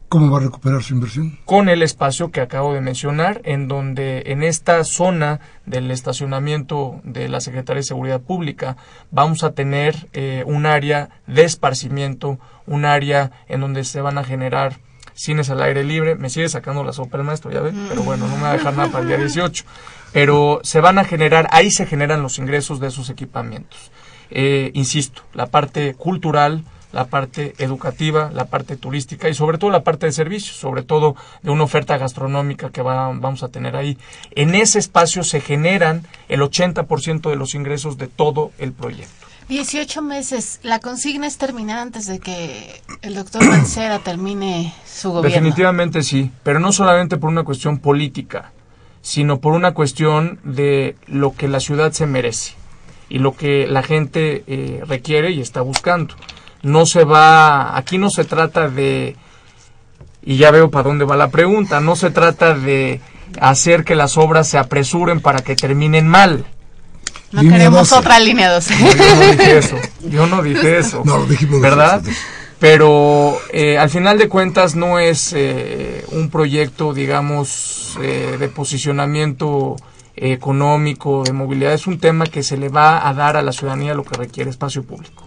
B: ¿Cómo va a recuperar su inversión?
D: Con el espacio que acabo de mencionar, en donde en esta zona del estacionamiento de la Secretaría de Seguridad Pública vamos a tener eh, un área de esparcimiento, un área en donde se van a generar cines al aire libre. Me sigue sacando la sopa el maestro, ya ve, pero bueno, no me va a dejar nada para el día dieciocho. Pero se van a generar, ahí se generan los ingresos de esos equipamientos. Eh, insisto, la parte cultural, la parte educativa, la parte turística y sobre todo la parte de servicios, sobre todo de una oferta gastronómica que va, vamos a tener ahí. En ese espacio se generan el ochenta por ciento de los ingresos de todo el proyecto.
C: dieciocho meses. La consigna es terminar antes de que el doctor Mancera termine su gobierno.
D: Definitivamente sí, pero no solamente por una cuestión política, sino por una cuestión de lo que la ciudad se merece y lo que la gente eh, requiere y está buscando. No se va, aquí no se trata de, y ya veo para dónde va la pregunta, no se trata de hacer que las obras se apresuren para que terminen mal.
C: No línea queremos doce. Otra línea doce.
D: No, yo no dije eso, yo no dije eso,
B: no, dijimos
D: ¿verdad? Eso. Pero eh, al final de cuentas no es eh, un proyecto, digamos, eh, de posicionamiento eh, económico, de movilidad, es un tema que se le va a dar a la ciudadanía lo que requiere, espacio público.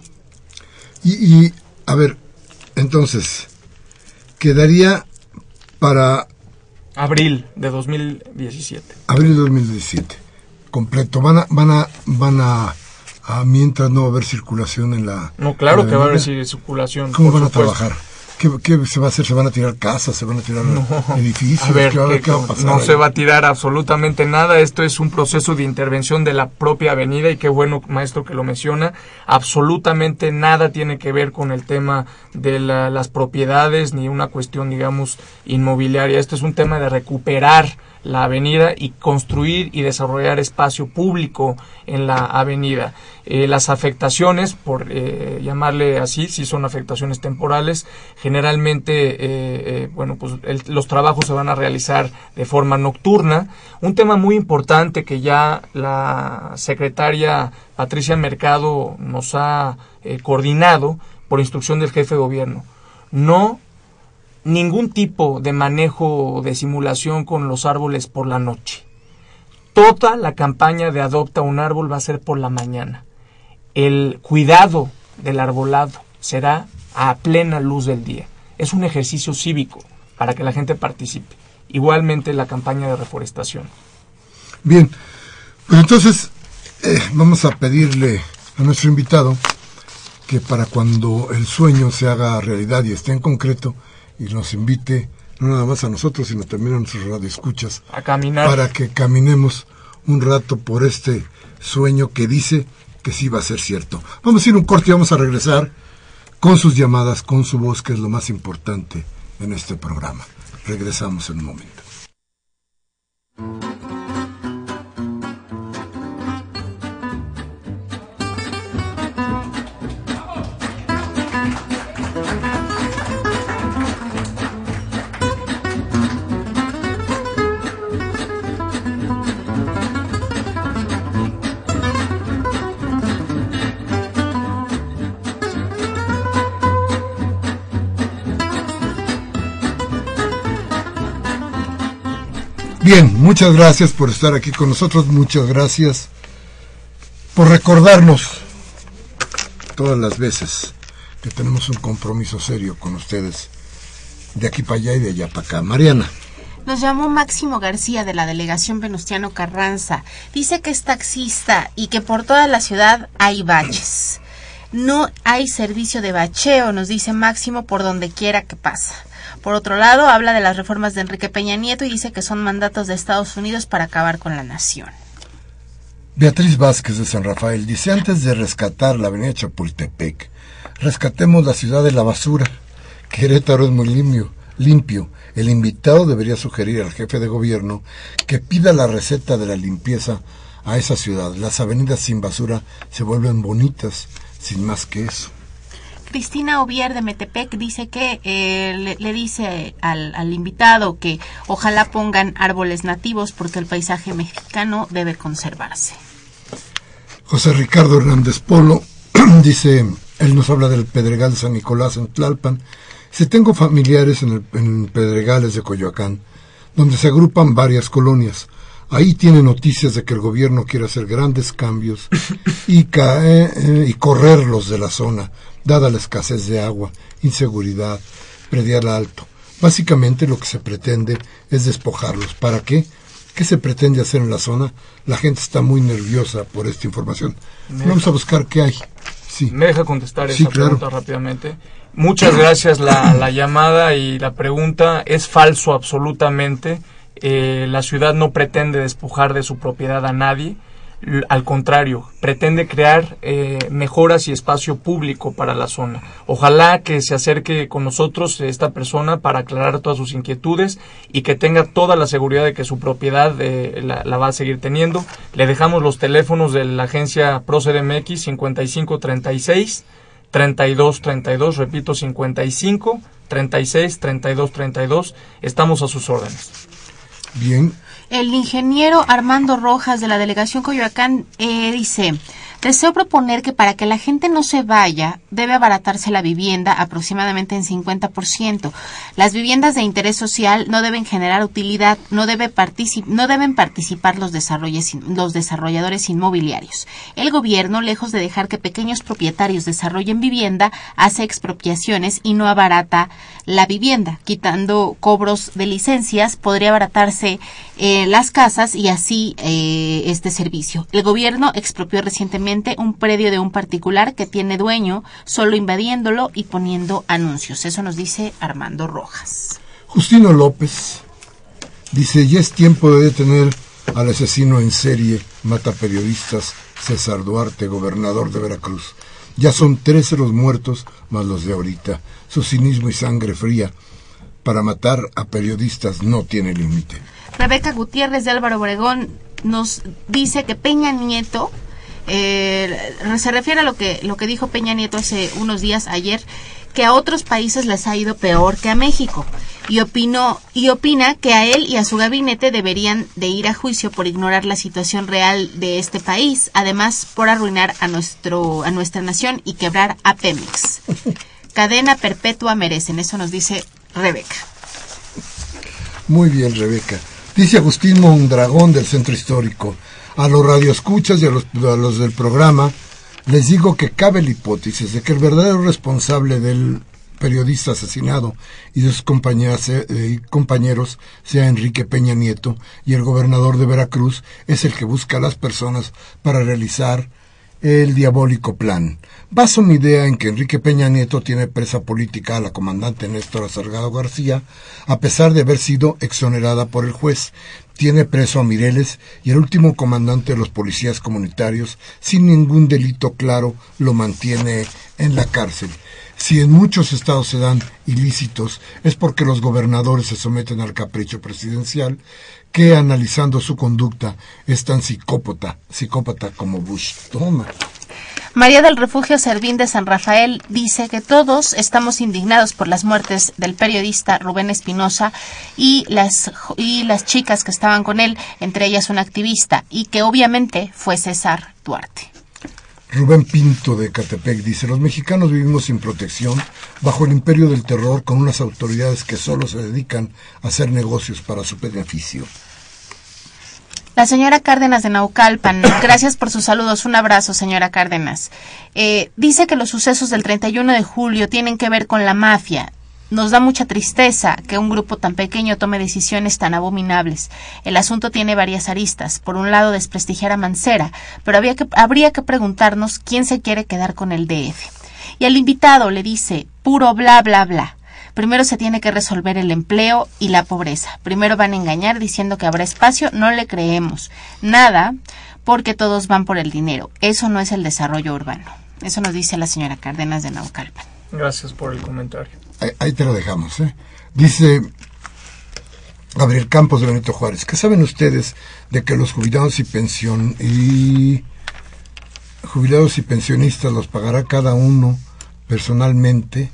B: Y, y, a ver, entonces, quedaría para...
D: Abril de dos mil diecisiete.
B: Abril de dos mil diecisiete, completo. Van a, van a, van a, a mientras no va a haber circulación en la...
D: No, claro
B: la
D: que va a haber circulación.
B: ¿Cómo van a supuesto. trabajar? ¿Qué, ¿Qué se va a hacer? ¿Se van a tirar casas? ¿Se van a tirar no. edificios?
D: A ver,
B: ¿Qué,
D: ¿qué,
B: ¿qué va a pasar
D: no
B: ahí?
D: se va a tirar absolutamente nada. Esto es un proceso de intervención de la propia avenida y qué bueno, maestro, que lo menciona. Absolutamente nada tiene que ver con el tema de la, las propiedades ni una cuestión, digamos, inmobiliaria. Esto es un tema de recuperar la avenida y construir y desarrollar espacio público en la avenida. Eh, las afectaciones, por eh, llamarle así, si son afectaciones temporales, generalmente, eh, eh, bueno, pues el, los trabajos se van a realizar de forma nocturna. Un tema muy importante que ya la secretaria Patricia Mercado nos ha eh, coordinado por instrucción del jefe de gobierno. No ningún tipo de manejo de simulación con los árboles por la noche. Toda la campaña de Adopta un Árbol va a ser por la mañana. El cuidado del arbolado será a plena luz del día. Es un ejercicio cívico para que la gente participe. Igualmente la campaña de reforestación.
B: Bien, pues entonces eh, vamos a pedirle a nuestro invitado que para cuando el sueño se haga realidad y esté en concreto, y nos invite, no nada más a nosotros, sino también a nuestros radioescuchas,
D: a caminar,
B: para que caminemos un rato por este sueño que dice que sí va a ser cierto. Vamos a ir un corte y vamos a regresar con sus llamadas, con su voz, que es lo más importante en este programa. Regresamos en un momento. Bien, muchas gracias por estar aquí con nosotros, muchas gracias por recordarnos todas las veces que tenemos un compromiso serio con ustedes, de aquí para allá y de allá para acá. Mariana.
C: Nos llamó Máximo García de la delegación Venustiano Carranza. Dice que es taxista y que por toda la ciudad hay baches. No hay servicio de bacheo, nos dice Máximo, por donde quiera que pasa. Por otro lado, habla de las reformas de Enrique Peña Nieto y dice que son mandatos de Estados Unidos para acabar con la nación.
B: Beatriz Vázquez de San Rafael dice, antes de rescatar la avenida Chapultepec, rescatemos la ciudad de la basura. Querétaro es muy limpio, limpio. El invitado debería sugerir al jefe de gobierno que pida la receta de la limpieza a esa ciudad. Las avenidas sin basura se vuelven bonitas, sin más que eso.
C: Cristina Ovier de Metepec dice que eh, le, le dice al, al invitado que ojalá pongan árboles nativos porque el paisaje mexicano debe conservarse.
B: José Ricardo Hernández Polo dice, él nos habla del Pedregal de San Nicolás en Tlalpan Si tengo familiares en, el, en Pedregales de Coyoacán, donde se agrupan varias colonias. Ahí tiene noticias de que el gobierno quiere hacer grandes cambios y, cae, eh, y correrlos de la zona, dada la escasez de agua, inseguridad, predial alto. Básicamente lo que se pretende es despojarlos. ¿Para qué? ¿Qué se pretende hacer en la zona? La gente está muy nerviosa por esta información.
D: Me
B: Vamos
D: deja,
B: a buscar qué hay. Sí.
D: Me deja contestar
B: Sí,
D: esa
B: claro.
D: pregunta rápidamente. Muchas gracias la, la llamada y la pregunta. Es falso absolutamente. Eh, la ciudad no pretende despojar de su propiedad a nadie. L- al contrario, pretende crear eh, mejoras y espacio público para la zona. Ojalá que se acerque con nosotros esta persona para aclarar todas sus inquietudes y que tenga toda la seguridad de que su propiedad eh, la, la va a seguir teniendo. Le dejamos los teléfonos de la agencia ProCDMX cincuenta y cinco treinta y seis treinta y dos treinta y dos, repito, cincuenta y cinco treinta y seis treinta y dos treinta y dos. Estamos a sus órdenes.
B: Bien.
C: El ingeniero Armando Rojas de la delegación Coyoacán eh, dice: deseo proponer que para que la gente no se vaya, debe abaratarse la vivienda aproximadamente en cincuenta por ciento. Las viviendas de interés social no deben generar utilidad, no, debe particip- no deben participar los, los desarrolladores inmobiliarios. El gobierno, lejos de dejar que pequeños propietarios desarrollen vivienda, hace expropiaciones y no abarata la vivienda. Quitando cobros de licencias, podría abaratarse eh, las casas y así eh, este servicio. El gobierno expropió recientemente un predio de un particular que tiene dueño, solo invadiéndolo y poniendo anuncios. Eso nos dice Armando Rojas.
B: Justino López dice: ya es tiempo de detener al asesino en serie, mata periodistas, César Duarte, gobernador de Veracruz. Ya son trece los muertos, más los de ahorita. Su cinismo y sangre fría para matar a periodistas no tiene límite.
C: Rebeca Gutiérrez de Álvaro Obregón nos dice que Peña Nieto, eh, se refiere a lo que, lo que dijo Peña Nieto hace unos días, ayer, que a otros países les ha ido peor que a México, y opinó y opina que a él y a su gabinete deberían de ir a juicio por ignorar la situación real de este país, además por arruinar a nuestro a nuestra nación y quebrar a Pemex. Cadena perpetua merecen, eso nos dice Rebeca.
B: Muy bien, Rebeca. Dice Agustín Mondragón del Centro Histórico: a los radioescuchas y a los, a los del programa les digo que cabe la hipótesis de que el verdadero responsable del periodista asesinado y de sus compañeras, eh, compañeros sea Enrique Peña Nieto, y el gobernador de Veracruz es el que busca a las personas para realizar el diabólico plan. Baso mi idea en que Enrique Peña Nieto tiene presa política a la comandante Néstora Salgado García, a pesar de haber sido exonerada por el juez. Tiene preso a Mireles y el último comandante de los policías comunitarios, sin ningún delito claro, lo mantiene en la cárcel. Si en muchos estados se dan ilícitos, es porque los gobernadores se someten al capricho presidencial, que analizando su conducta es tan psicópata, psicópata como Bush. Toma.
C: María del Refugio Servín de San Rafael dice que todos estamos indignados por las muertes del periodista Rubén Espinosa y las, y las chicas que estaban con él, entre ellas una activista, y que obviamente fue César Duarte.
B: Rubén Pinto de Catepec dice: los mexicanos vivimos sin protección, bajo el imperio del terror, con unas autoridades que solo se dedican a hacer negocios para su beneficio.
C: La señora Cárdenas de Naucalpan, gracias por sus saludos, un abrazo, señora Cárdenas. Eh, dice que los sucesos del treinta y uno de julio tienen que ver con la mafia. Nos da mucha tristeza que un grupo tan pequeño tome decisiones tan abominables. El asunto tiene varias aristas. Por un lado, desprestigiar a Mancera, pero había que, habría que preguntarnos quién se quiere quedar con el D F. Y al invitado le dice: puro bla, bla, bla. Primero se tiene que resolver el empleo y la pobreza. Primero van a engañar diciendo que habrá espacio, no le creemos nada, porque todos van por el dinero. Eso no es el desarrollo urbano. Eso nos dice la señora Cárdenas de Naucalpan.
D: Gracias por el comentario.
B: Ahí, ahí te lo dejamos, ¿eh? Dice Gabriel Campos de Benito Juárez: ¿qué saben ustedes de que los jubilados y pensión y jubilados y pensionistas los pagará cada uno personalmente?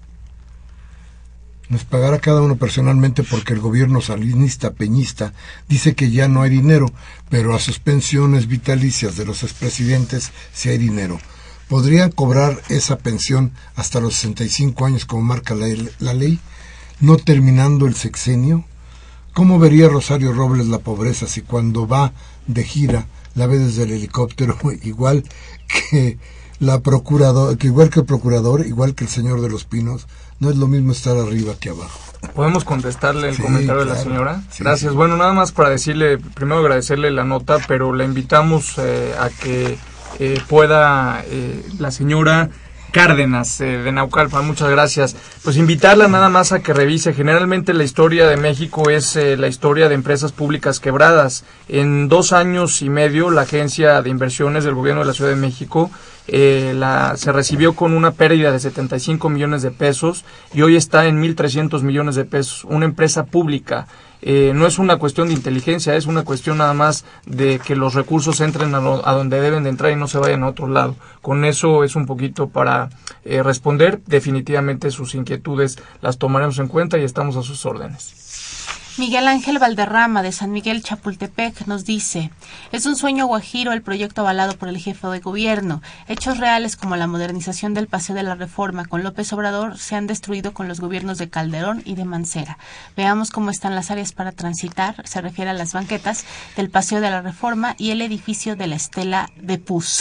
B: Nos pagará cada uno personalmente porque el gobierno salinista peñista dice que ya no hay dinero, pero a sus pensiones vitalicias de los expresidentes sí hay dinero. podrían cobrar esa pensión hasta los sesenta y cinco años como marca la, la ley, no terminando el sexenio. ¿Cómo vería Rosario Robles la pobreza si cuando va de gira la ve desde el helicóptero, igual que la procurador, que igual que el procurador, igual que el señor de los Pinos? No es lo mismo estar arriba que abajo.
D: ¿Podemos contestarle el
B: Sí,
D: comentario
B: claro.
D: de la señora?
B: Sí,
D: Gracias.
B: sí.
D: Bueno, nada más para decirle, primero agradecerle la nota, pero la invitamos eh, a que eh, pueda eh, la señora Cárdenas, eh, de Naucalpan, muchas gracias. Pues invitarla nada más a que revise. Generalmente la historia de México es eh, la historia de empresas públicas quebradas. En dos años y medio, la Agencia de Inversiones del Gobierno de la Ciudad de México eh, la, se recibió con una pérdida de setenta y cinco millones de pesos y hoy está en mil trescientos millones de pesos. Una empresa pública. Eh, no es una cuestión de inteligencia, es una cuestión nada más de que los recursos entren a, lo, a donde deben de entrar y no se vayan a otro lado. Con eso es un poquito para eh, responder. Definitivamente sus inquietudes las tomaremos en cuenta y estamos a sus órdenes.
C: Miguel Ángel Valderrama, de San Miguel Chapultepec, nos dice: es un sueño guajiro el proyecto avalado por el jefe de gobierno. Hechos reales como la modernización del Paseo de la Reforma con López Obrador se han destruido con los gobiernos de Calderón y de Mancera. Veamos cómo están las áreas para transitar, se refiere a las banquetas del Paseo de la Reforma y el edificio de la Estela de Puz.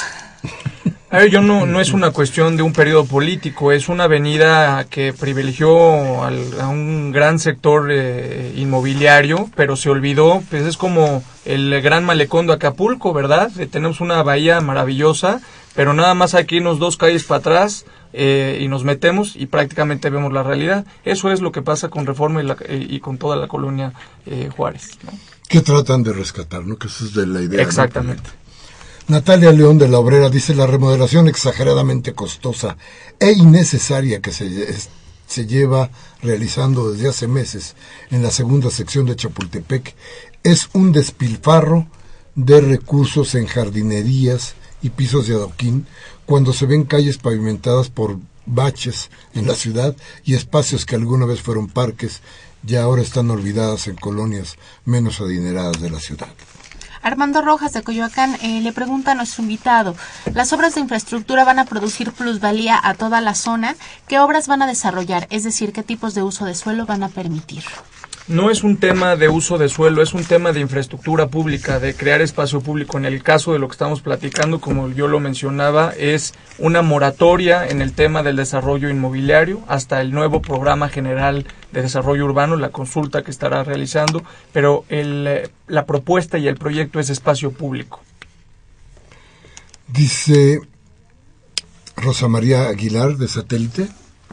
D: A ver, yo no, no es una cuestión de un periodo político, es una avenida que privilegió al, a un gran sector eh, inmobiliario, pero se olvidó, pues es como el gran malecón de Acapulco, ¿verdad? Eh, tenemos una bahía maravillosa, pero nada más hay que irnos dos calles para atrás eh, y nos metemos y prácticamente vemos la realidad. Eso es lo que pasa con Reforma y, la, y con toda la colonia eh, Juárez, ¿no?
B: ¿Qué tratan de rescatar, no? Que eso es de la idea.
D: Exactamente.
B: ¿No? Natalia León de la Obrera dice: la remodelación exageradamente costosa e innecesaria que se, se lleva realizando desde hace meses en la segunda sección de Chapultepec es un despilfarro de recursos en jardinerías y pisos de adoquín, cuando se ven calles pavimentadas por baches en la ciudad y espacios que alguna vez fueron parques ya ahora están olvidadas en colonias menos adineradas de la ciudad.
C: Armando Rojas, de Coyoacán, eh, le pregunta a nuestro invitado: ¿las obras de infraestructura van a producir plusvalía a toda la zona? ¿Qué obras van a desarrollar? Es decir, ¿qué tipos de uso de suelo van a permitir?
D: No es un tema de uso de suelo, es un tema de infraestructura pública, de crear espacio público. En el caso de lo que estamos platicando, como yo lo mencionaba, es una moratoria en el tema del desarrollo inmobiliario hasta el nuevo Programa General de Desarrollo Urbano, la consulta que estará realizando, pero el, la propuesta y el proyecto es espacio público.
B: Dice Rosa María Aguilar, de Satélite.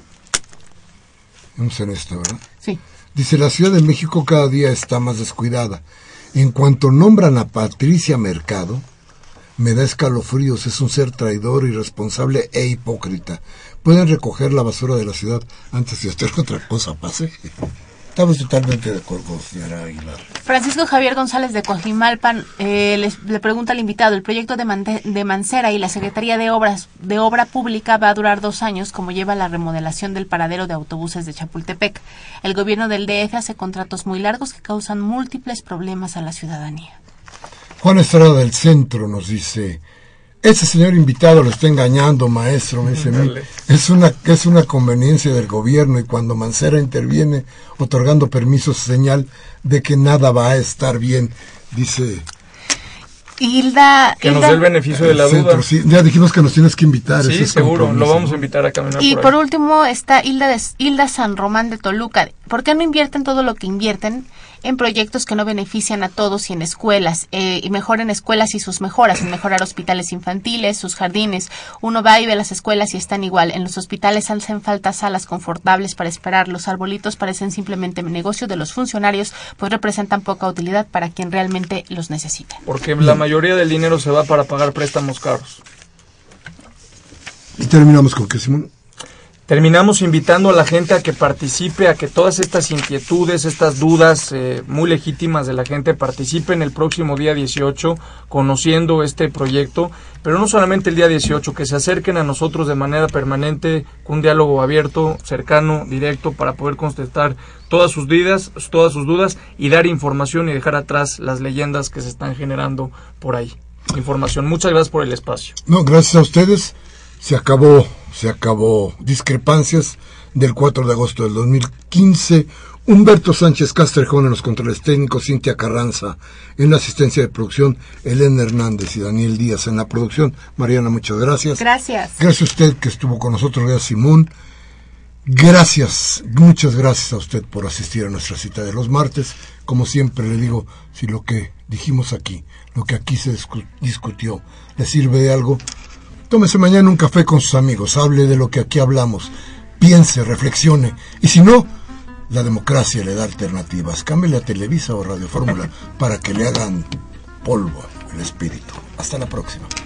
B: Vamos en esto, ¿verdad?
C: Sí.
B: Dice: la Ciudad de México cada día está más descuidada. En cuanto nombran a Patricia Mercado, me da escalofríos. Es un ser traidor, irresponsable e hipócrita. Pueden recoger la basura de la ciudad antes de hacer otra cosa pase. Estamos totalmente de acuerdo, señora Aguilar.
C: Francisco Javier González, de Coajimalpan, eh, le, le pregunta al invitado: el proyecto de, Man de Mancera y la Secretaría de Obras de Obra Pública va a durar dos años, como lleva la remodelación del paradero de autobuses de Chapultepec. El gobierno del D F hace contratos muy largos que causan múltiples problemas a la ciudadanía.
B: Juan Estrada del Centro nos dice: ese señor invitado lo está engañando, maestro. Me dice, es una, es una conveniencia del gobierno, y cuando Mancera interviene otorgando permisos, señal de que nada va a estar bien, dice.
C: Hilda,
D: que
C: Hilda,
D: nos dé el beneficio de la
B: centro,
D: duda.
B: Sí, ya dijimos que nos tienes que invitar.
D: Sí, seguro, lo vamos a invitar a caminar.
C: Y
D: por,
C: por último está Hilda, de, Hilda San Román, de Toluca. ¿Por qué no invierten todo lo que invierten en proyectos que no benefician a todos y en escuelas, eh, y mejoren escuelas y sus mejoras, en mejorar hospitales infantiles, sus jardines? Uno va y ve las escuelas y están igual. En los hospitales hacen falta salas confortables para esperar. Los arbolitos parecen simplemente negocio de los funcionarios, pues representan poca utilidad para quien realmente los necesita.
D: Porque la mayoría del dinero se va para pagar préstamos caros.
B: ¿Y terminamos con qué, Simón?
D: Terminamos invitando a la gente a que participe, a que todas estas inquietudes, estas dudas eh, muy legítimas de la gente participen el próximo día dieciocho conociendo este proyecto, pero no solamente el día dieciocho, que se acerquen a nosotros de manera permanente, con un diálogo abierto, cercano, directo, para poder contestar todas sus dudas, todas sus dudas y dar información y dejar atrás las leyendas que se están generando por ahí. Información. Muchas gracias por el espacio.
B: No, gracias a ustedes. Se acabó, se acabó. Discrepancias del cuatro de agosto del dos mil quince. Humberto Sánchez Castrejón en los controles técnicos, Cintia Carranza en la asistencia de producción, Elena Hernández y Daniel Díaz en la producción. Mariana, muchas gracias.
C: Gracias.
B: Gracias a usted que estuvo con nosotros, gracias Simón. Gracias, muchas gracias a usted por asistir a nuestra cita de los martes. Como siempre le digo, si lo que dijimos aquí, lo que aquí se discu- discutió, le sirve de algo, tómese mañana un café con sus amigos, hable de lo que aquí hablamos, piense, reflexione, y si no, la democracia le da alternativas. Cámbiale a Televisa o Radio Fórmula para que le hagan polvo el espíritu. Hasta la próxima.